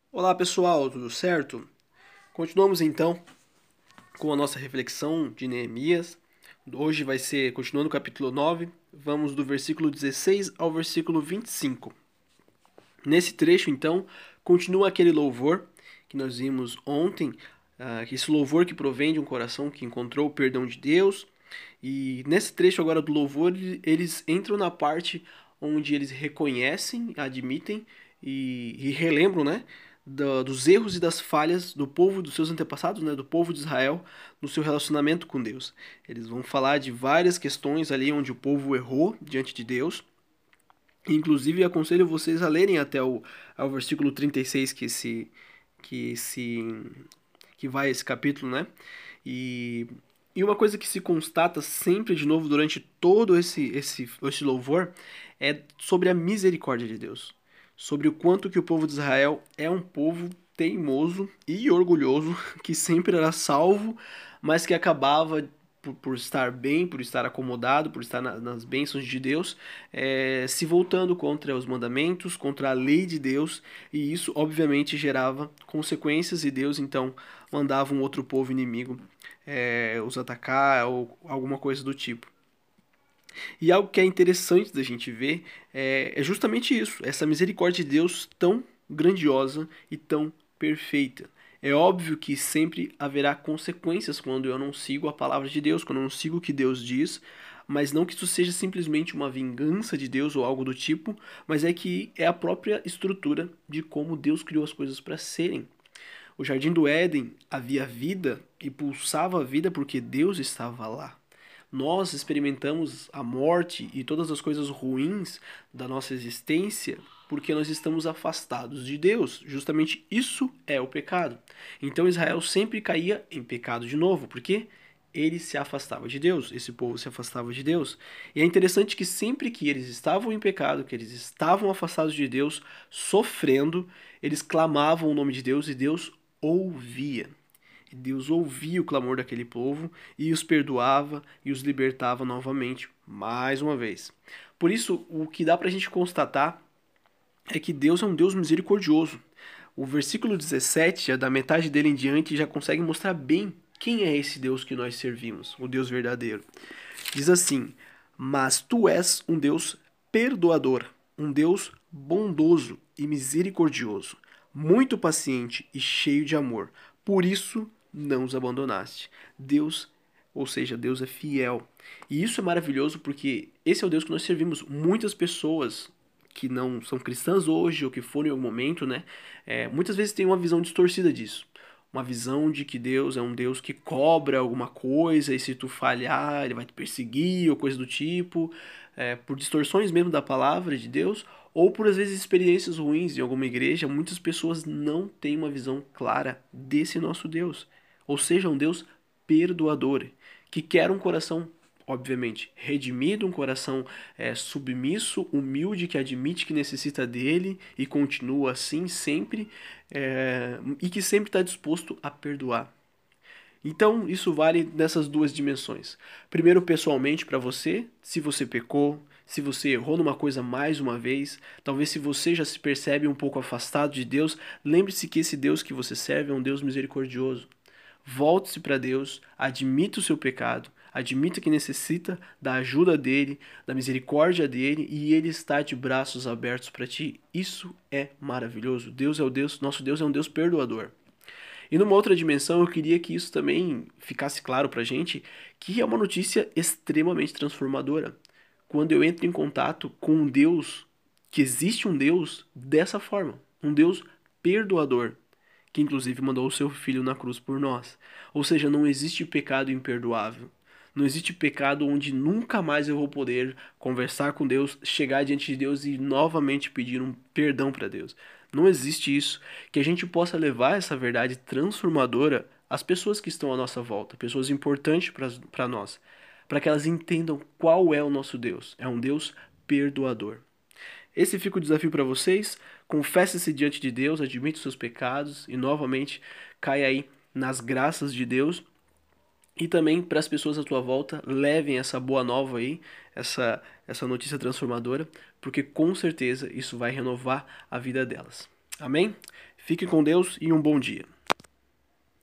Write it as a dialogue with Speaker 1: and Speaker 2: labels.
Speaker 1: Olá pessoal, tudo certo? Continuamos então com a nossa reflexão de Neemias. Hoje vai ser continuando o capítulo 9. Vamos do versículo 16 ao versículo 25. Nesse trecho então, continua aquele louvor que nós vimos ontem, esse louvor que provém de um coração que encontrou o perdão de Deus. E nesse trecho agora do louvor, eles entram na parte onde eles reconhecem, admitem e relembram, né, dos erros e das falhas do povo, dos seus antepassados, né, do povo de Israel, no seu relacionamento com Deus. Eles vão falar de várias questões ali onde o povo errou diante de Deus. Inclusive, aconselho vocês a lerem até ao versículo 36 que se que vai esse capítulo, né? E, e uma coisa que se constata sempre de novo durante todo esse louvor é sobre a misericórdia de Deus. Sobre o quanto que o povo de Israel é um povo teimoso e orgulhoso, que sempre era salvo, mas que acabava por estar bem, por estar acomodado, por estar nas bênçãos de Deus, se voltando contra os mandamentos, contra a lei de Deus, e isso obviamente gerava consequências, e Deus então mandava um outro povo inimigo os atacar ou alguma coisa do tipo. E algo que é interessante da gente ver é justamente isso, essa misericórdia de Deus tão grandiosa e tão perfeita. É óbvio que sempre haverá consequências quando eu não sigo a palavra de Deus, quando eu não sigo o que Deus diz, mas não que isso seja simplesmente uma vingança de Deus ou algo do tipo, mas é que é a própria estrutura de como Deus criou as coisas para serem. O jardim do Éden havia vida e pulsava a vida porque Deus estava lá. Nós experimentamos a morte e todas as coisas ruins da nossa existência porque nós estamos afastados de Deus. Justamente isso é o pecado. Então Israel sempre caía em pecado de novo, porque ele se afastava de Deus, esse povo se afastava de Deus. E é interessante que sempre que eles estavam em pecado, que eles estavam afastados de Deus, sofrendo, eles clamavam o nome de Deus e Deus ouvia. Deus ouvia o clamor daquele povo e os perdoava e os libertava novamente, mais uma vez. Por isso, o que dá pra gente constatar é que Deus é um Deus misericordioso. O versículo 17, já da metade dele em diante, já consegue mostrar bem quem é esse Deus que nós servimos, o Deus verdadeiro. Diz assim: Mas tu és um Deus perdoador, um Deus bondoso e misericordioso, muito paciente e cheio de amor. Por isso não os abandonaste. Deus, ou seja, Deus é fiel. E isso é maravilhoso porque esse é o Deus que nós servimos. Muitas pessoas que não são cristãs hoje ou que foram em algum momento, né, muitas vezes têm uma visão distorcida disso. Uma visão de que Deus é um Deus que cobra alguma coisa e se tu falhar ele vai te perseguir ou coisa do tipo, por distorções mesmo da palavra de Deus ou por às vezes experiências ruins em alguma igreja, muitas pessoas não têm uma visão clara desse nosso Deus. Ou seja, um Deus perdoador, que quer um coração, obviamente, redimido, um coração submisso, humilde, que admite que necessita dele e continua assim sempre, e que sempre está disposto a perdoar. Então, isso vale nessas duas dimensões. Primeiro, pessoalmente, para você, se você pecou, se você errou numa coisa mais uma vez, talvez se você já se percebe um pouco afastado de Deus, lembre-se que esse Deus que você serve é um Deus misericordioso. Volte-se para Deus, admita o seu pecado, admita que necessita da ajuda dele, da misericórdia dele, e ele está de braços abertos para ti. Isso é maravilhoso. Deus é o Deus, nosso Deus é um Deus perdoador. E numa outra dimensão, eu queria que isso também ficasse claro pra gente, que é uma notícia extremamente transformadora. Quando eu entro em contato com um Deus, que existe um Deus dessa forma, um Deus perdoador, que inclusive mandou o seu filho na cruz por nós. Ou seja, não existe pecado imperdoável. Não existe pecado onde nunca mais eu vou poder conversar com Deus, chegar diante de Deus e novamente pedir um perdão para Deus. Não existe isso. Que a gente possa levar essa verdade transformadora às pessoas que estão à nossa volta, pessoas importantes para nós, para que elas entendam qual é o nosso Deus. É um Deus perdoador. Esse fica o desafio para vocês. Confesse-se diante de Deus, admite os seus pecados e novamente caia aí nas graças de Deus. E também para as pessoas à tua volta, levem essa boa nova aí, essa notícia transformadora, porque com certeza isso vai renovar a vida delas. Amém? Fique com Deus e um bom dia.